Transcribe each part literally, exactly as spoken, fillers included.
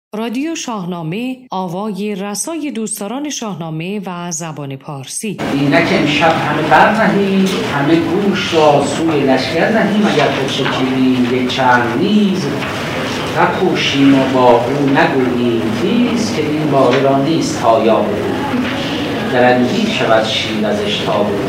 رادیو شاهنامه، آوای رسای دوستداران شاهنامه و زبان پارسی. اینک امشب همه برنهیم، همه گوش را سوی لشکر نهیم. اگر خود شکیبیم یک چند نیز، نکوشیم و با او نگوییم تیز. که این باره را نیست پایا او، درنگی شود شیر ازش تا او.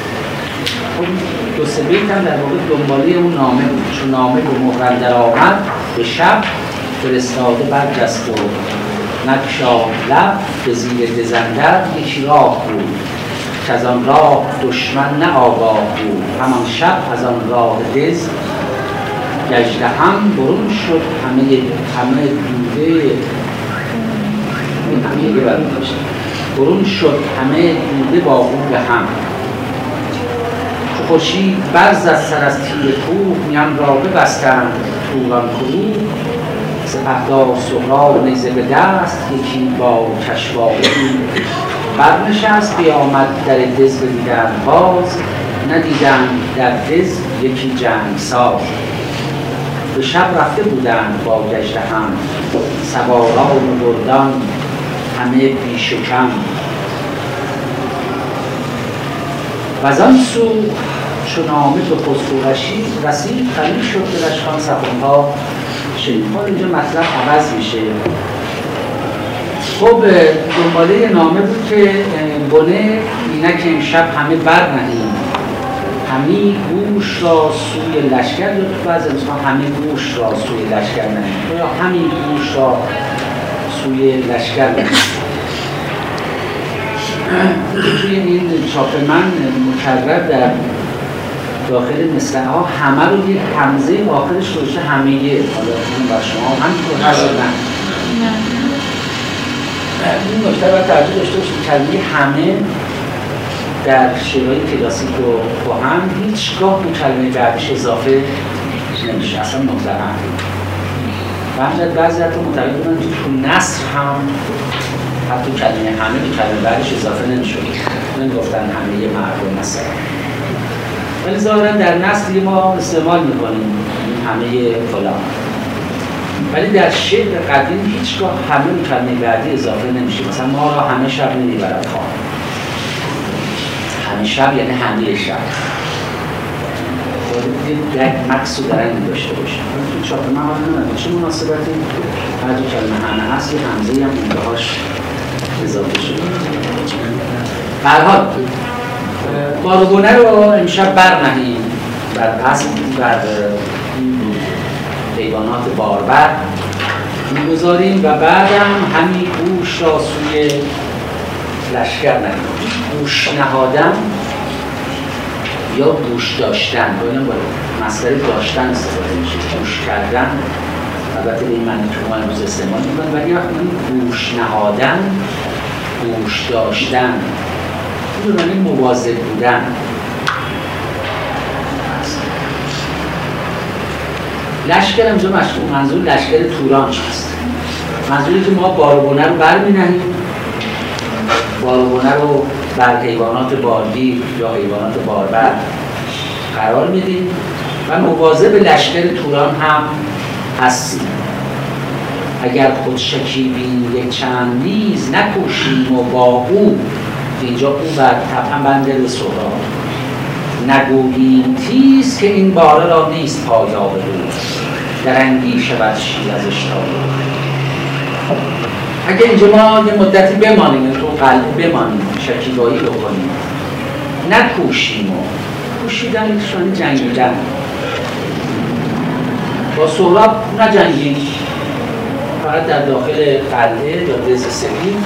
دو سه بیت هم در واقع دنباله اون نامه بود. چون نامه به مهر اندر آمد، به شب فرستاده برجست و نگشاد لب. به زیر دزندر یکی راه بود، که از آن راه دشمن نه آگاه بود. همان شب از آن راه دز گژدهم برون شد. همه همه دوده همه برون شد همه دوده با او به هم. چو خورشید برزد سر از تیر کوه، میان را ببستند توران کوه. سپهدار سهراب نیزه به دست، یکی با کشواره برنشست. بیامد در دز بدیدند باز، ندیدند در دز یکی جنگ ساز. به شب رفته بودند با گژدهم، سواران و گردان همه بیش و کم. وز آن سو چو نامه به خسرو رسید، خلیل شد دلش خوان سخنها شنید. اینجا مطلب عوض میشه. خب دنباله نامه بود که بنه اینک امشب همه برنهیم، همی گوش را سوی لشکر، یا تو بعض امسان همه گوش را سوی لشکر نهیم، یا همین گوش را سوی لشکر نهیم. توی این چاپ من مکرر در داخل مصرع ها همه رو یک همزه آخرش روشه همه یه. حالا این بر شما همینطور هست نه؟ این نکته باید توجه داشته باشید. کلمه همه در شعرهای کلاسیک و کهن هیچگاه به کلمه بعدش اضافه نمیشه، اصلا مطلقاً. و همچنین بعضی حتی متوجه بودن که تو نثر هم حتی کلمه همه به کلمه بعدش اضافه نمیشه. نمیگفتن همه یه مردم مثلا، ولی ظاهراً در نثر ما استعمال میکنیم همه فلان. ولی در شعر قدیم هیچگاه همه به کلمه بعدی اضافه نمیشه. مثلا ما را همه شب نمیبرد خواب. همه شب یعنی همه شب. باید یک مقصود درنگی داشته باشه. تو چاپ من حال نمیدونم چه مناسبتی هر دو کلمه همه هست یه همزه‌ای هم اونجاهاش اضافه شده. به هر حال بار و بنه رو امشب برنهیم، بر اصل بر حیوانات باربر میگذاریم و بعدم همین گوش را سوی لشکر نهیم. گوش نهادن یا گوش داشتن، باید با مصدر داشتن استفاده میشه. گوش کردن البته به این معنی که ما امروز استعمال میکنیم، ولی وقتی گوش نهادن، گوش داشتن این رو مواظب بودن. لشکر همجا مشغول منظور لشکر توران هست. منظوری که ما بار و بنه رو بر می نهیم، بار و بنه رو بر حیوانات بارگیر یا حیوانات باربر قرار میدیم و مواظب لشکر توران هم هستیم. اگر خود شکیبیم یک چند نیز، نکوشیم و با او، اینجا او بر طبعا بنده به سهراب، نگوییم تیز. که این باره را نیست پایا به او، درنگی شود شیر ازش تا او. اگه اینجا ما یه مدتی بمانیم، تو قلبی بمانیم، شکیبایی بکنیم، نکوشیم و کوشیدن شونه جنگیدن. با سهراب نجنگیم، فقط در داخل قلعه یا دز سفید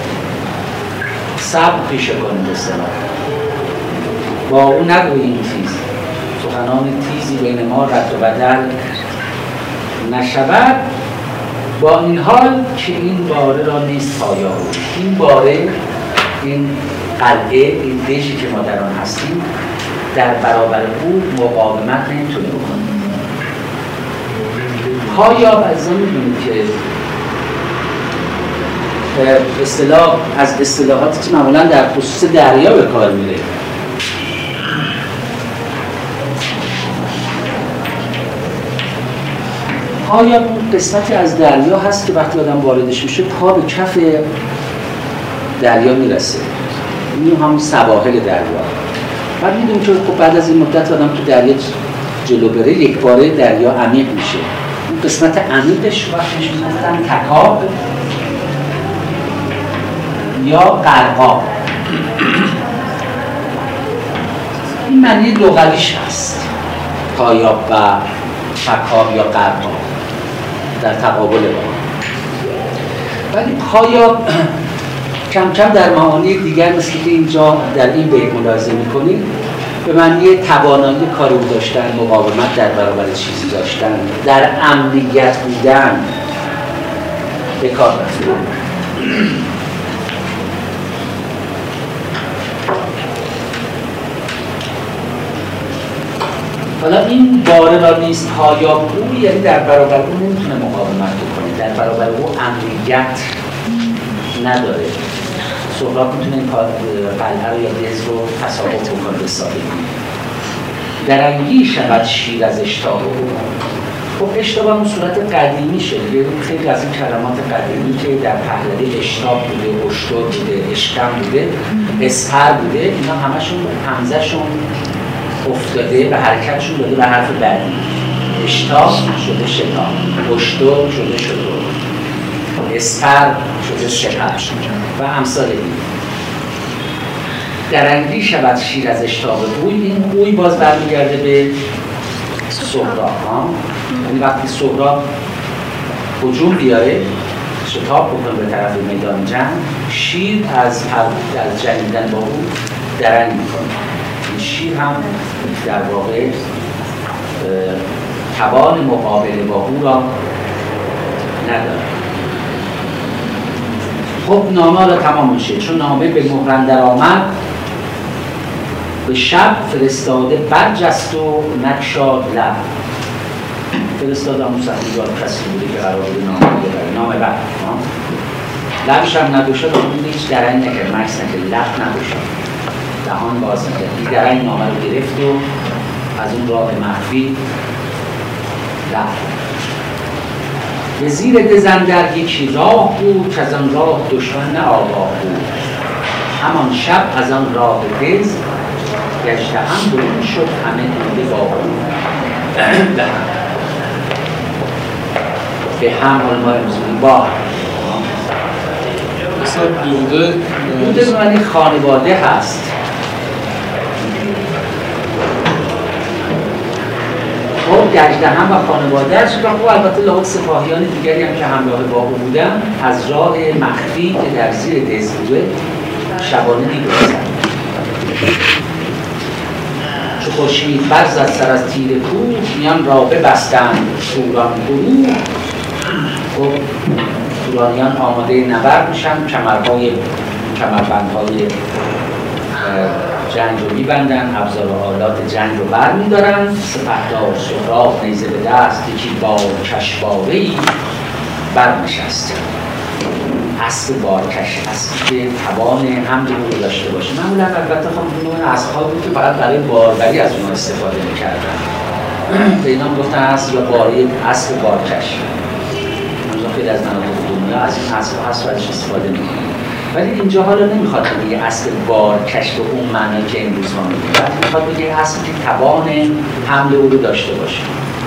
صبر پیشه کنیم. بسیار با او نگوییم تیز، سخنان تیزی بین ما رد و بدل نشود. با این حال که این باره را نیست پایا او، این باره، این قلعه، این دژی که ما در آن هستیم، در برابر او مقاومت نمیتونه بکنیم. پایا بعضا میدونید که اصطلاح از اصطلاحاتی که معمولا در خصوص دریا به کار میره. پایاب اون قسمتی از دریا هست که وقتی آدم واردش میشه پا به کف دریا میرسه. این همون سواحل دریا. بعد میدونیم که خب بعد از این مدت آدم تو دریا جلو بره یک باره دریا عمیق میشه. اون قسمت عمیقش وقتش میگفتن تکاب یا غرقاب. این معنی لغویش هست، پایاب و تکاب یا غرقاب در تقابل با. ولی پایاب کم کم در معانی دیگر مثل که اینجا در این بیت ملاحظه می‌کنید به معنی توانایی کارو داشتن، مقاومت در برابر چیزی داشتن، در امنیت بودن به کار رفته. حالا این باره را نیست پایاب او، یعنی در برابر او نمیتونه مقاومت بکنه، در برابر او امنیت نداره. سهراب میتونه این قلعه رو یا دز رو تصاحب بکنه به سادگی. درنگی شود شیر از اشتاق او. خب اشتاق هم صورت قدیمی شده، خیلی از این کلمات قدیمی که در پهلوی اشتاق بوده، اشتاق بوده، اشکم بوده، اسهر بوده، اینا همشون همزه شون افتاده به حرکتشون داده به حرف بعدی. اشتاق شده شتاب، اشتاق شده شتاب، اسپر شده شپر و امثال این. درنگی شود شیر از اشتاق اوی. این اوی باز برمیگرده به سهراب. یعنی وقتی سهراب هجوم بیاره، شتاب بکنه به طرف میدان جنگ، شیر از از جنگیدن با او درنگ میکنه. شیر هم در واقع توان مقابله با او را نداره. خب نامه را تمام میشه. چون نامه به مهر در آمد، به شب فرستاده برجست و نگشاد لب. فرستاده همون سخنگار کسی بوده که قرار بوده نامه ببره، نامه بعد لبش هم ندوشد، اون هیچ درنگ نکرد، مکس نکرد، لب ندوشد، دهان باز نکرد. این درنگ نامه رو گرفت و از اون راه مخفی رفت. به زیر دزندر یکی راه بود که از آن راه دشمن نه آگاه بود. همان شب از آن راه دز گشته هم برون شد همه دیده با بود. به هم علمای مزمون با مثلا دوده دوده به معنی خانواده هست. خب گژدهم و خانواده‌اش و خب البته لابد سپاهیان دیگری هم که همراه با او بودن از راه مخفی که در زیر دز بوده شبانه می‌گذشتند. چو خورشید برزد سر از تیر کوه، میان راه ببستند توران گروه. خب تورانیان آماده نبرد میشن، کمرهای کمربندهای جنگ رو میبندن، ابزار و آلات جنگ رو بر میدارن. سپهدار سهراب نیزه به دست، یکی بار کشواره‌ای برنشست. اسب بارکش، اسبی که توان حمل رو داشته باشه. معمولا البته خب نوع اسب‌ها بود که فقط برای باربری از اونها استفاده میکردن. به اینا گفتن اسب یا باری، اسب بارکش. مثلا خیلی از مناطق دنیا از این اسب اسب ازش استفاده میکنن. ولی اینجا حالا نمیخواد بگه اسب بارکش به اون معنی که امروز ما میگیم، ولی میخواد بگه اسب که توان حمل او رو داشته باشه.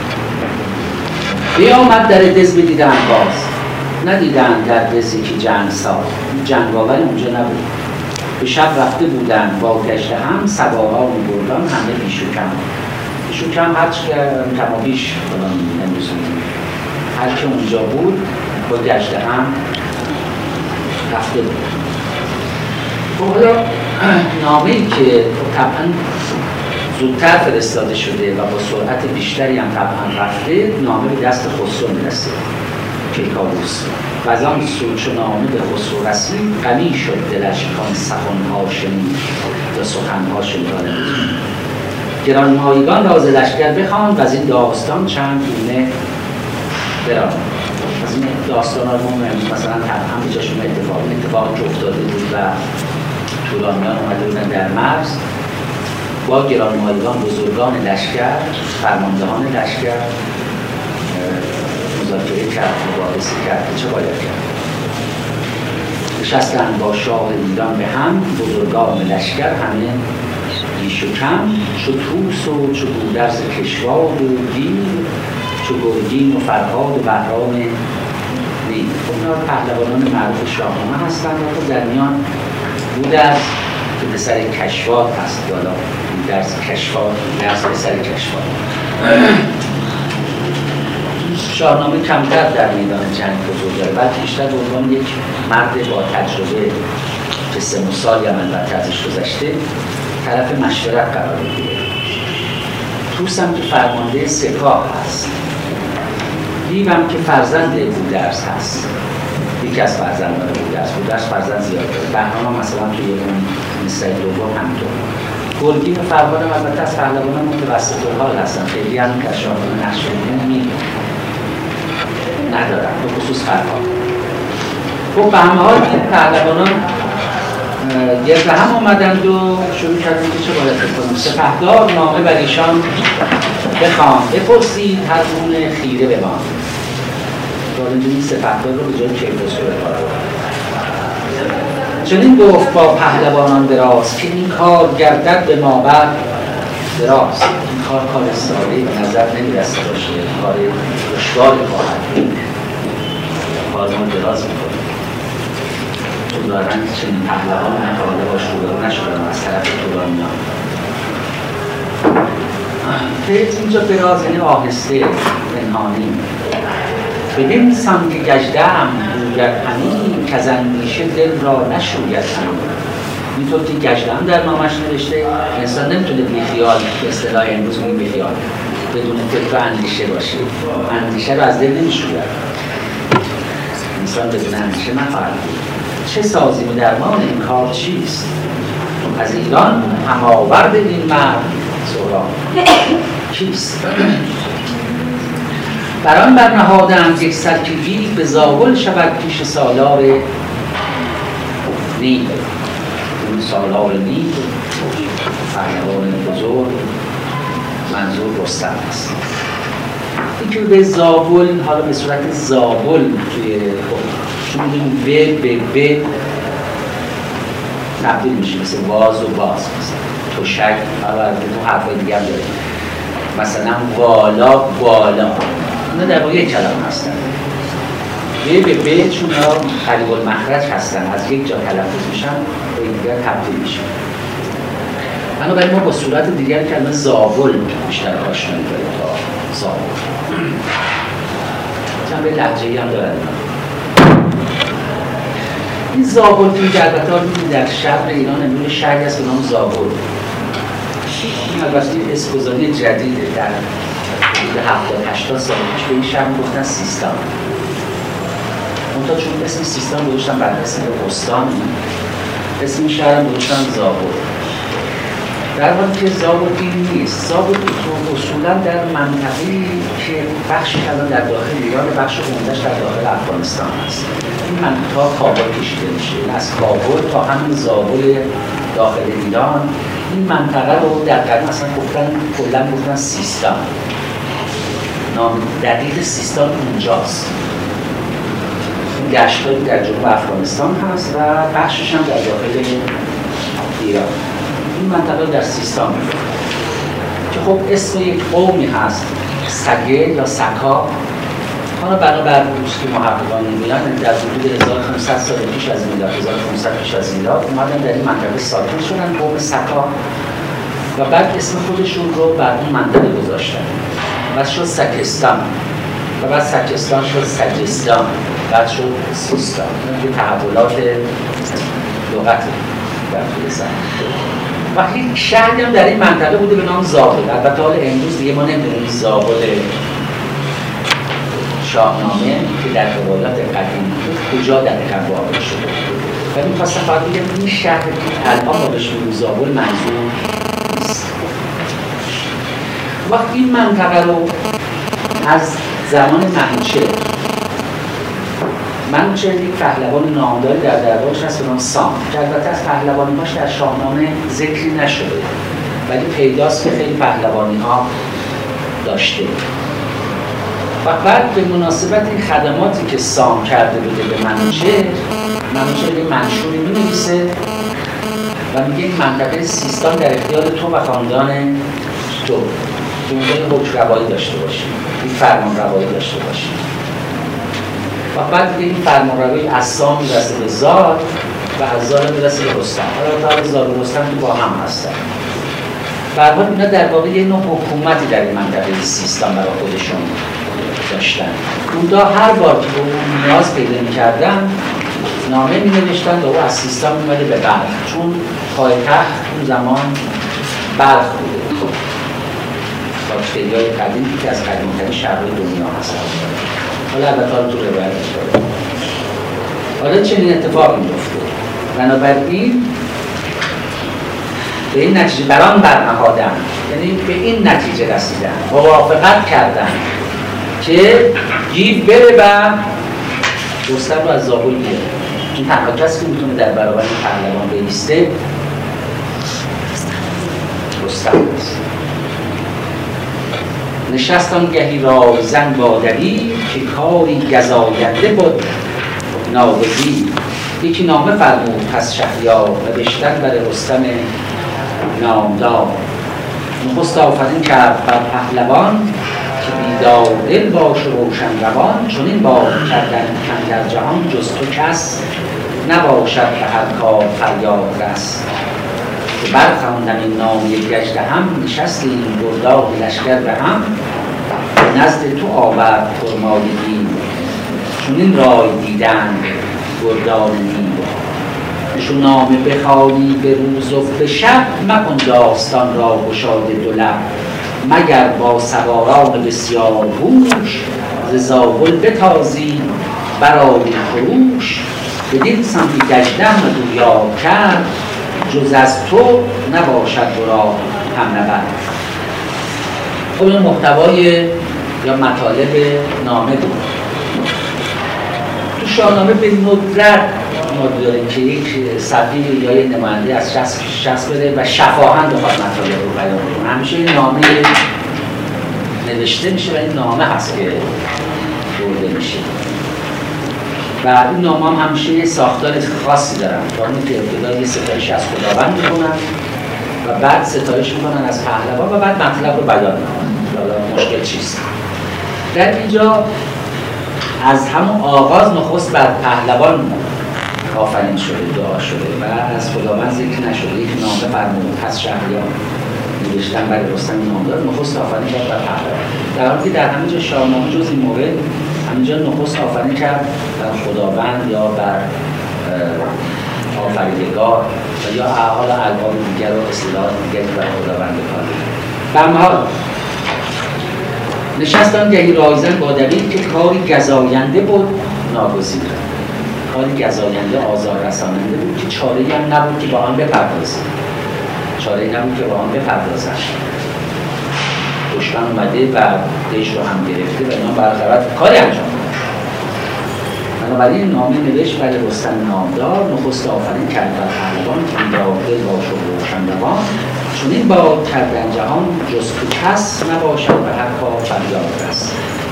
بیامد در دز بدیدن باز، ندیدن در دزی که جنگ ساز، جنگاور اونجا نبود. به شب رفته بودن با گژدهم، سواران و گردان همه پیش و کم. پیش و کم هر چی کم و بیش امروز میگیم، هر که اونجا بود با گژدهم رفته بود. خب حالا نامه‌ای که طبعا زودتر فرستاده شده و با سرعت بیشتری هم طبعا رفته، نامه به دست خسرو میرسه کیکاووس. و از آن سو چو نامه به خسرو رسید، غمی شد دلش کان سخن‌ها شنید و سخن‌ها شنیدانه بود. گرانمایگان راز لشکر بخواند و از این داستان چند گونه براند. از این داستان ها رو مثلا هم به جاشون اتفاق اتفاق که افتاده بود و تورانیان اومده بودن در مرز با گرانمایگان بزرگان لشکر، فرماندهان لشکر کرد، مباحثه کرد، چه باید کرد؟ نشستند با شاه ایران به هم، بزرگان لشکر همه بیش و کم، چو طوس و چو گودرز کشواد و دیر، چو گرگین و فرهاد و بهرام نیل. اونا پهلوانان معروف شاهنامه هستند و در میان گودرز که پسر کشواد هست، حالا گودرز کشواد، گودرز پسر کشواد. شاهنامه کمتر در میدان جنگ بزرگ داره، بلکه بیشتر به عنوان یک مرد با تجربه که سه سالی هم البته ازش گذشته طرف مشورت قرار میگیره. طوس هم که فرمانده سپاه هست، دیو هم که فرزند گودرز هست، یکی از فرزندان گودرز. گودرز فرزند زیاد داره، بهرام هم مثلا توی اون مصرع دوم همینطور. گرگین و فرهاد هم البته از پهلوانان متوسط الحال هستن، خیلی هم که شاهنامه نقش مهمی ندارن، به خصوص فرهاد. خب به همه حال این پهلوانان گرد هم آمدند و شروع کردند که چه باید بکنیم. سپهدار نامه بر ایشان بخوان، بپرسید هر گونه خیره بمان. این سپهدار رو به جای کیفرستو بخواد. چنین گفت با پهلوانان دراز که این کار گردد به ما بعد دراز. این کار کار ساده به نظر نمیرسه باشه، کار دشواری خواهد بود، کار ما دراز میکنه. چون دارن چنین پهلوان نتواده باش روبرو نشدن از طرف تورانیان. فیض اینجا دراز یعنی آهسته، پنهانی. بدین سان که گژده‌ام گوید همی، کز اندیشه دل را نشوید همی. اینطور که گژده‌ام در نامش نوشته، انسان نمیتونه بیخیال، به اصطلاح امروز میگیم بیخیال، بدون فکر و اندیشه باشه. اندیشه رو از دل نمیشوید. انسان بدون اندیشه نخواهد بود. چه سازیم و درمان این کار چیست؟ از ایران هم آورد این مرد سهراب کیست؟ بران برنهادند یک سر که گیل به زاول شود پیش سالار نیل. اون سالار نیل پهلوان بزرگ منظور رستم است. این که به زاول، حالا به صورت زاول توی چون میدونیم به به به تبدیل میشه، مثل واز و باز، مثل توشک، حالا تو حرفای دیگه هم داریم، مثلا والا بالا، اینا در واقع یک کلمه هستن. به به به چون ها قریب المخرج هستن، از یک جا تلفظ میشن به این دیگر تبدیل میشن. بنابراین ما با صورت دیگر کلمه زاول بیشتر آشنایی داریم تا زاول. چند به لهجه‌ای هم دارن. این زابل توی البته ها میدونید در شرق ایران امروز شهری هست به نام زابل. این البته اسم‌گذاری جدیده، در حدود هفتاد هشتاد سال پیش به این شهر گفتن سیستان. منتها چون اسم سیستان گذاشتن بعد اسم استان، اسم این شهر هم گذاشتن زابل. در حالی که زابل این نیست. زابل اصولا در منطقه‌ای که بخشی الان در داخل ایران، بخش عمده‌اش در داخل افغانستان هست. این منطقه کابل کشیده میشه، از کابل تا همین زابل داخل ایران. این منطقه رو در قدیم اصلا گفتن، کلا گفتن سیستان. نام دقیق سیستان اونجاست. این دشتایی در جنوب افغانستان هست و بخشش هم در داخل ایران. این منطقه در سیستان میفته که خب اسم یک قومی هست، سگه یا سکا. حالا بنابر روز که محققان میگن در حدود هزار و پانصد سال پیش از میلاد، هزار و پانصد پیش از میلاد اومدن در این منطقه ساکن شدن، قوم سکا، و بعد اسم خودشون رو بر اون منطقه گذاشتن و شد سکستان، و بعد سکستان شد سجستان، بعد شد سیستان. این تحولات لغت در طول زمان. و یک شهری هم در این منطقه بوده به نام زابل. البته حال امروز دیگه ما نمیدونیم زابل شاهنامه که در روایات قدیم کجا در دقیقاً واقع شده. و می‌خواستم فقط بگم این شهر که الان ما بهش میگیم زابل منظور نیست. وقتی این منطقه رو از زمان منوچهر، منوچهر یک پهلوان نامداری در دربارش هست به نام سام که البته از پهلوانی‌هاش در شاهنامه ذکری نشده، ولی پیداست که خیلی پهلوانی‌ها داشته. و بعد به مناسبت این خدماتی که سام کرده بوده به منوچهر، منوچهر یه منشوری می‌نویسه و میگه این منطقه سیستان در اختیار تو و خاندان تو که اونجا حکم روایی داشته باشی، این فرمان روایی داشته باشی. و بعد دیگه این فرمان روایی از سام میرسه به زال و از زال میرسه به رستم. حالا تا زال و رستم با هم هستن. به هر حال اینا در واقع یه نوع حکومتی در این منطقه سیستان برای خودشون داشتن. اونجا هر بار که به اون نیاز پیدا می‌کردن نامه می‌نوشتن و او از سیستان می‌آمده به بلخ، چون پایتخت اون زمان بلخ بوده. باکتریای قدیم که از قدیم‌ترین شهرهای دنیا هستن. حالا البته حالا تو روایتش داره. حالا چنین اتفاقی می‌افته. بنابراین به این نتیجه بران برنهادن، یعنی به این نتیجه رسیدن، موافقت کردن که گیو بره و رستم رو از زابل بیاره. این تنها کسی که میتونه در برابر این پهلوان بایسته رستم است. نشستان گهی رایزن با دبیر که کاری گزاینده بود ناگزیر. یکی نامه فرمود پس شهریار نوشتن بر رستم نامدار. نخست آفرین کرد بر پهلوان که بیدار دل باش و روشن روان. چون این بار کردن کاندر جهان جز تو کس نباشد به هر کار فریاد رس. که برخواندم این نامه گژده هم نشستیم گردان لشکر به هم. نزد تو آورد پرمایگی چون این رای دیدند گردان نیم. چون نامه بخوانی به روز و به شب مکن داستان را گشاده دو لب. مگر با سواران بسیار هوش ز زابل بتازی برای خروش. بدین سان که گژده رو یاد کرد جز از تو نباشد ورا هم نبرد. خب این محتوای یا مطالب نامه بود. تو شاهنامه به ندرت ما داریم که یک صفحه یا یک نماینده از شخص بره و شفاهن بخواد مطالب رو بیان کنه. همیشه این نامه نوشته میشه و این نامه هست که برده میشه و این نامه هم همیشه یه ساختار خاصی دارن. تا اون که ابتدا یه ستایش از خداوند میکنن و بعد ستایش میکنن از پهلوان و بعد مطلب رو بیان میکنن. حالا مشکل چیست؟ در اینجا از همون آغاز نخست بر پهلوان آفرین شده، دعا شده و از خداوند ذکر نشده. یک نامه فرمود پس شهریار نوشتن برای رستم نامدار نخست آفرین کرد بر پهلوان. در حالی که در همه جا شاهنامه جز این مورد همینجا نخست آفرین کرد بر خداوند یا بر آفریدگار و یا حالا القاب دیگر و اصطلاحات دیگری بر خداوند بکار. به هر حال نشستان گهی رایزن با دبیر که کاری گزاینده بود ناگزیر. کاری گزاینده آزار رساننده بود که چاره‌ای هم نبود که با آن بپردازند. چاره‌ای نبود که با آن بپردازند. دشمن اومده و دژ رو هم گرفته و اینا برقرار کاری انجام داد. بنابراین نامه نوشت برای رستم نامدار نخست آفرین کرد بر پهلوان که بیدار دل باش و روشن روان. چون این باد کردن جهان جز تو کس نباشد به هر کار فریاد رس.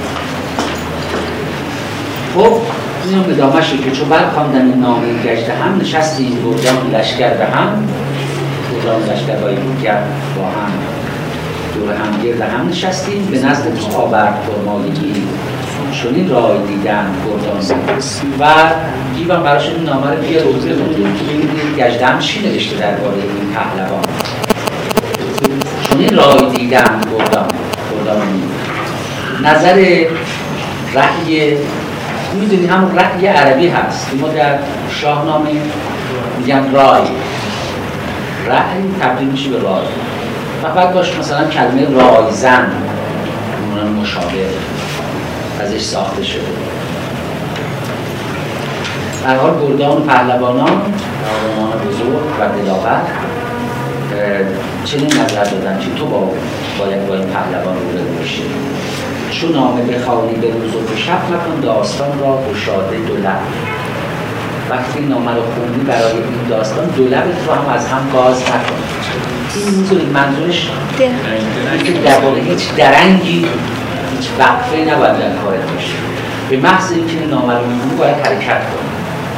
خب این هم ادامه‌شه که چون برخواندم این نامه گژده هم نشستیم گردان لشکر به هم. گردان لشکر هایی بود که با هم دور هم گرد هم نشستیم به نزد تو آورد پرمایگی چون این رای دیدن گردان و گیوان براش این نامه رو بیار روزه بودیم که ببینید گژده هم چی نوشته درباره این پهلوان. چون این رای دیدن گردان گردان نظر رأی میدونی همون رأی عربی هست که ما در شاهنامه میگن رای رأی تبدیل میشه به رای و بعد باش مثلا کلمه رایزن اون مشابه ازش ساخته شده. در حال گردان و پهلوانان پهلوانان بزرگ و دلاور چنین نظر دادن که تو با باید با این پهلوان رو بشی. چون نامه بخوانی به روز و به شب مکن داستان را گشاده دو لب. وقتی نامه رو خوندی برای این داستان دو لبت رو هم از هم گاز نکن. این منظورش که در واقع هیچ درنگی هیچ وقفه نباید در کارت باشه. به محض اینکه نامعلوم می‌کنی باید حرکت کنی.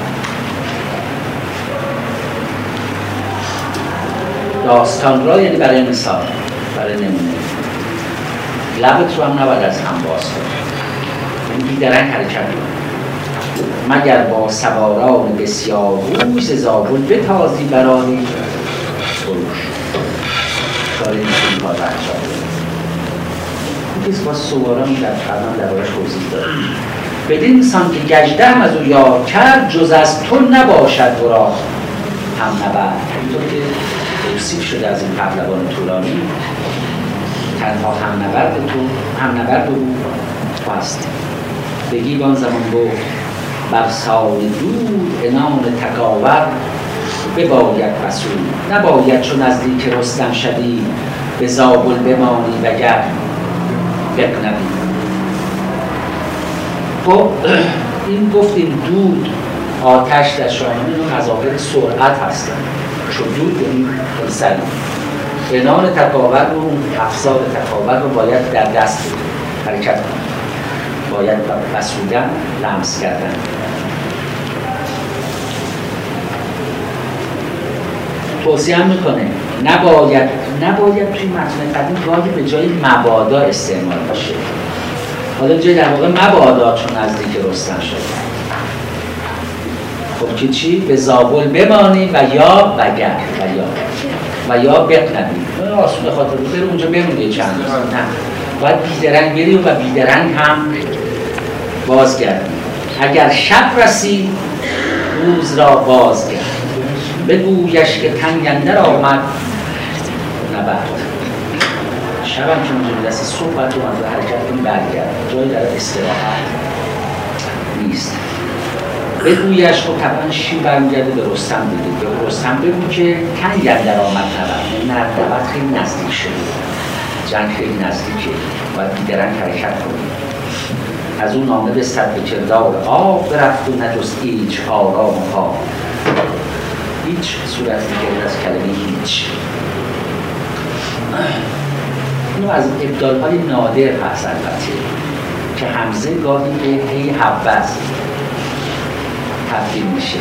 داستان را یعنی برای مثال، برای نمونه لبت رو هم نباید از هم باز کنی، یعنی بیدرنگ حرکت کنی. مگر با سواران بسیار روی ز زابل بتازی برانی فروش. داره این کار رو انجام بده. این کسی با سواران در فرمان دربارش توضیح داره. بدین سان که گجده هم از او یاد کرد، جز از تو نباشد ورا هم نبرد. اینطور که توصیف شده از این پهلوان طولانی، تنها هم نبرد تو هم نبرد او تو هستی. بگی آن زمان گفت بر سال دور عنان تکاور بباید رسول. نباید چون نزدیک رستم شدی به زابل بمانی وگر بقنبی. خب این گفتیم دود، آتش در شاهنامه اینو مظاهر سرعت هستن، چون دود این سریع. عنان تکاور رو، افسار تکاور رو باید در دست حرکت کنید، باید بسودن، لمس کردن. توصیه هم میکنه نباید نباید توی متن قدیم گاهی به جای مبادا استعمال باشه. حالا جای در واقع مبادا چون نزدیک رستم شد. خب که چی؟ به زابل بمانی و یا وگر و یا و یا بقنبی. آسون خاطر بود بره اونجا بمونی چند روز. نه، باید بیدرنگ بری و بیدرنگ هم بازگردی. اگر شب رسی روز را بازگرد. بگویش که تنگ اندر آمد نبرد. شب هم که اونجا میرسی صبح باید رو منظور حرکت کنی برگرد، جایی در استراحت نیست. بگویش خب طبعا شیر برمیگرده به رستم دیگه، به رستم بگو که تنگ اندر آمد نبرد. نه، نبرد خیلی نزدیک شده، جنگ خیلی نزدیکه، باید بیدرنگ حرکت کنی. از اون نامه بستد به کردار آب برفت و نجست هیچ آرام و خواب. هیچ صورت دیگری از کلمه هیچ. اینو از ابدال‌های نادر هست البته که همزه گاهی به هی حوض تبدیل میشه.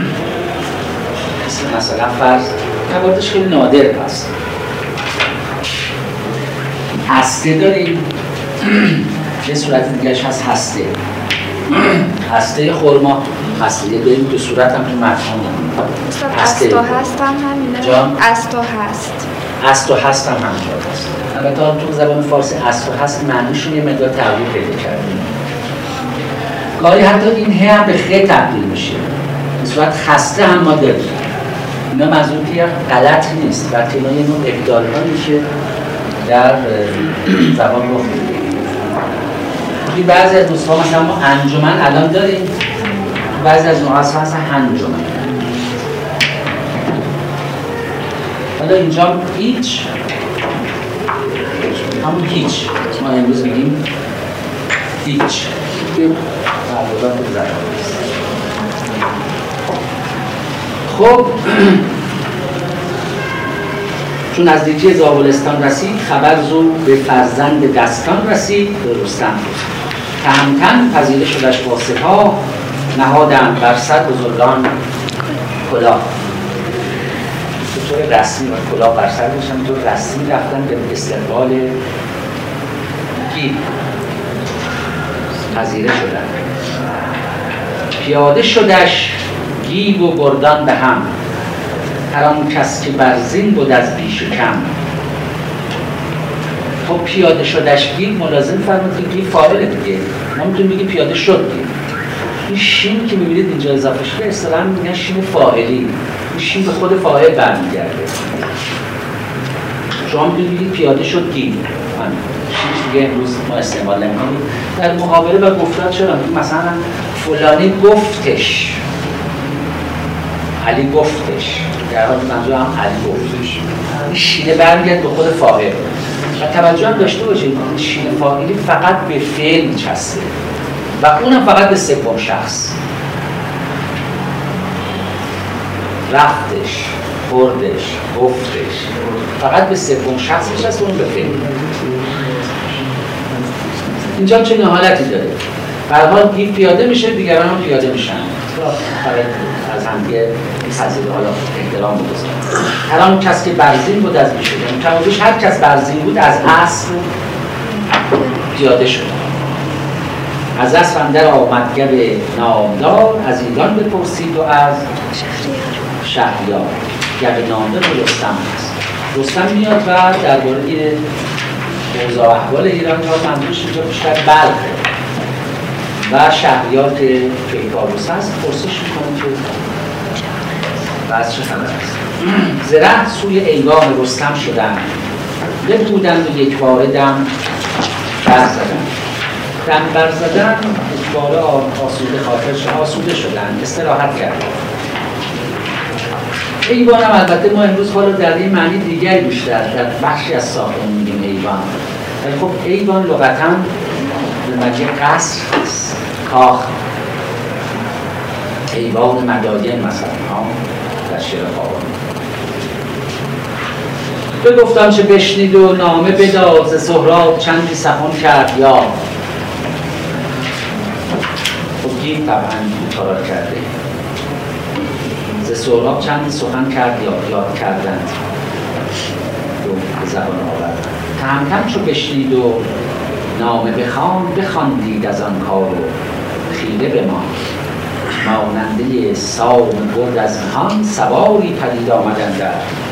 مثل مثلا فرض مواردش خیلی نادر هست. هسته داریم، یه صورت دیگرش هست هسته. هسته خرما، هسته یه داریم دو صورت هم تو مفهوم هسته تو هست هم همینه؟ جان؟ از تو هست از تو هست هم همینجا هست. البته تو زبان فارسی از تو هست معنیشون یه مقدار تغییر پیدا کردیم. گاهی حتی این ه هم به خ تبدیل میشه، به صورت خسته هم ما داریم. اینا منظور که غلط نیست، بلکه اینا یه نوع ابدال‌هایی که در زبان گفت می‌کنیم. بعضی از نسخه‌ها مثلا ما انجمن الان داریم، بعضی از نسخه‌ها هست هنجمن. حالا اینجا هیچ همون هیچ ما امروز بگیم هیچ خب چون نزدیکی زابلستان رسید خبر زو به فرزند دستان رسید به رستم. تهمتن پذیره شدش با سپاه نهادند بر سر بزرگان کلاه. به طور رسمی و کلاه بر سر بشن طور رسمی رفتن به استقبال گیو پذیره شدن. پیاده شدش گیو و گردان به هم هر آن کس که بر زین بود از بیش و کم. خب پیاده شدش گیو ملازم فرمود که گیو فاعل دیگه، ما میتونیم بگیم پیاده شد گیو. این شین که میبینید اینجا اضافه شده اصطلاحاً میگن شین فاعلی، این شین به خود فاعل برمیگرده. شما میتونید بگید پیاده شد گیو، شین دیگه امروز ما استعمال نمی‌کنیم. در محاوره و گفتار چرا مثلا فلانی گفتش، علی گفتش، در حال منظور هم علی گفتش، این شینه برمیگرد به خود فاعل. و توجه هم داشته باشید شین فاعلی فقط به فعل میچسته و اونم فقط به سوم شخص. رفتش، خوردش، گفتش، فقط به سوم شخص میچسته، اون به فعل. اینجا چه حالتی داره؟ به هر حال گیف پیاده میشه، دیگران هم پیاده میشن. فقط از همدیگه پذیره، حالا احترام بگذارم. هر آن کس که برزین بود از میشه، یعنی کمابیش هر کس برزین بود از اصل پیاده شد. از اصل اندر آمد گب نامدار، از ایران بپرسید و از شهریار. گب نامدار رستم هست. رستم میاد و درباره اوضاع احوال ایران ها منظورش اینجا بیشتر بلخه و شهریار که کیکاووس هست پرسش میکنه که و از چه خبر است. زره سوی ایوان رستم شدن، ببودند و یک باره دم برزدن. دم برزدن یک باره آسوده خاطر آسوده شدن، استراحت کردن. ایوان هم البته ما امروز حالا در این معنی دیگری بیشتر در بخشی از ساختمان میگیم ایوان، ولی خب ایوان لغتاً به معنی قصر است، کاخ، ایوان مداین مثلا در شعر خاقانی. بگفتم چه بشنید و نامه بداد، ز سهراب چندی سخن کرد یاد. خب گیم طبعا کارا کرده. ز سهراب چندی سخن کرد یاد یاد کردن رو به زبان آوردن. تهمتن چو بشنید و نامه بخوان، بخواندید از آن کار و خیره بمان. ماننده سام گرد از نهان، سواری پدید آمدن در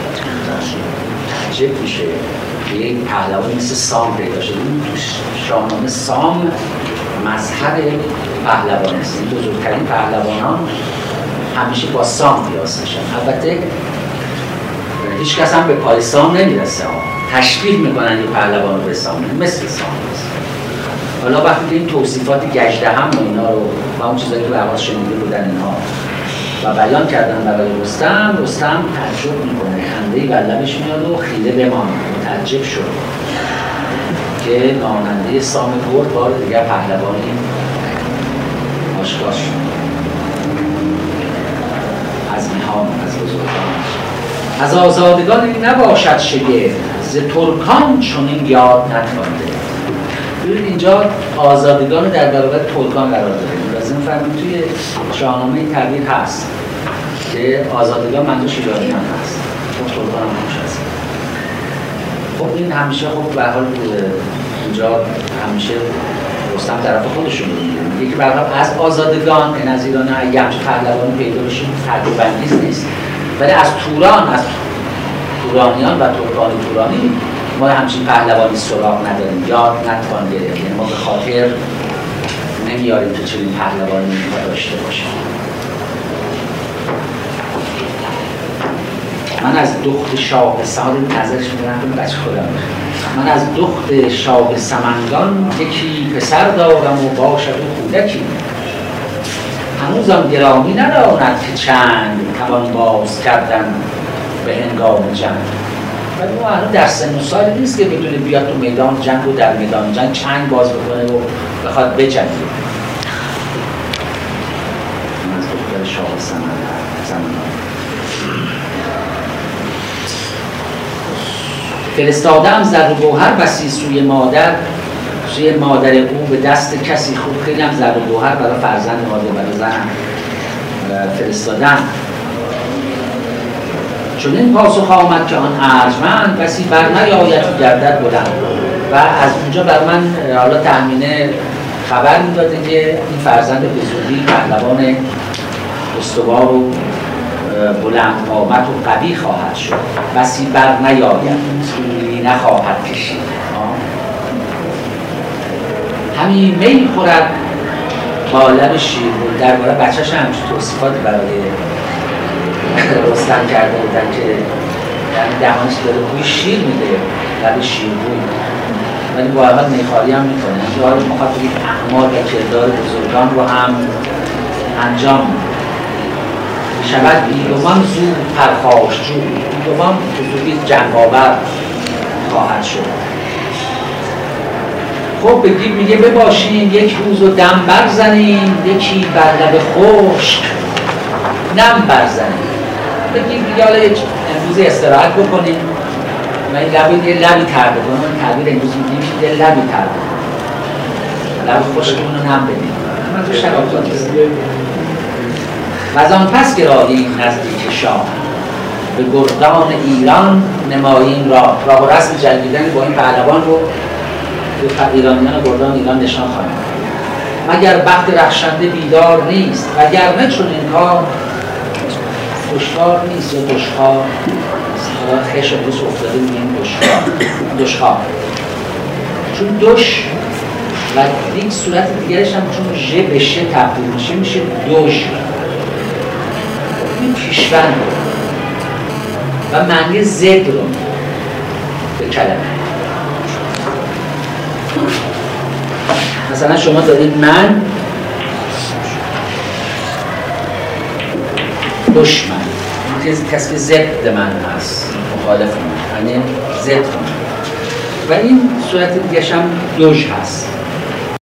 تعجب میشه که یک پهلوان مثل سام پیدا شده. این تو شاهنامه سام مظهر پهلوان است. این بزرگترین پهلوانان همیشه با سام قیاس میشن. البته هیچ کس هم به پای سام نمیرسه، تشبیه میکنن یه پهلوان رو به سام، مثل سام است. حالا وقتی که این توصیفات گژدهم و اینا رو و اون چیزایی که به شنیده بودن اینها و بیان کردن برای رستم، رستم تعجب میکنه، خنده‌ای بر لبش میاد و خیره بمان، متعجب شد که ماننده سام گرد بار دیگر پهلوانی آشکار شد از میهان، از بزرگان. از آزادگان نباشد شگفت، ز ترکان چنین یاد نتوانده. ببینید اینجا آزادگان در برابر ترکان قرار داریم. لازم فهمید توی شاهنامه این تعبیر هست که آزادگان منظورش ایرانیان هست، خب ترکان هم همش هست. خب این همیشه خب به هر حال اینجا همیشه رستم طرف خودشون رو میگه، میگه که به هر حال از آزادگان این از ایران اگه همچه پهلوانی پیدا بشیم تعجب انگیز نیست، ولی از توران، از تورانیان و ترکان تورانی ما همچین پهلوانی سراغ نداریم، یاد نتوان گرفت. یعنی ما به خاطر نمیاریم که چنین پهلوانی ما داشته باشیم. من از دخت شاه سمنگان نظرش میگم بچه خودم من از دخت شاه سمنگان یکی پسر دارم و باشد و کودکی، هنوزم گرامی نداند که چند توان باز کردن به هنگام جنگ. ولی ما الان در سن و سال نیست که بدونه بیاد تو میدان جنگ و در میدان جنگ چنگ باز بکنه و بخواد بجنگه. من از دختر شاه سمنگان فرستادم زر و گوهر بسی سوی مادر، سوی مادر او به دست کسی خوب. خیلی هم زر و گوهر برای فرزند مادر برای زن فرستادم. چون این پاسخ آمد که آن ارجمند، بسی بر نیاید گردد بلند. و از اونجا بر من حالا تحمینه خبر میداده که این فرزند به زودی پهلوان استوار و بلند قامت و قوی خواهد شد. بسی بر نیاید، سوی نخواهد کشید. همین می خورد با لب شیربون. درباره بچه‌ش هم همچون توصیفات برای رستم کرده بودن که یعنی دهانش داره بوی شیر میده، لب شیربون، ولی با اول میخواری هم میکنه. اینجا رو مخاطب یک اعمال و کردار بزرگان رو هم انجام میده. شود بیگمان زود پرخاشجو، بیگمان به زودی جنگاور خواهد شد. خب بگیم میگه بباشیم یک روز و دم برزنیم، یکی بر لب خشک نم برزنیم. بگیم دیگه حالا یک امروز استراحت بکنیم و این لبی یه لبی تر بکنیم. این تعبیر امروز میگیم یه لبی تر بکنیم. لب خشکمون رو نم بدیم من تو شرابات هست و از آن پس که راهیم نزدیک شاه به گردان ایران نماییم راه راه و رسم جنگیدن با این پهلوان رو به ایرانیان گردان ایران نشان خواهیم مگر بخت رخشنده بیدار نیست وگرنه چون این کار دشوار نیست یا دشخوار خش امروز افتاده میگیم دشخوار دشخوار چون دش و یک صورت دیگرش هم چون ژ به ش تبدیل میشه میشه دوژ این پیشوند و معنی ضد رو به کلمه مثلا شما دارید من دشمن کسی که ضد من هست مخالف من یعنی ضد من و این صورت دیگه هم دوژ هست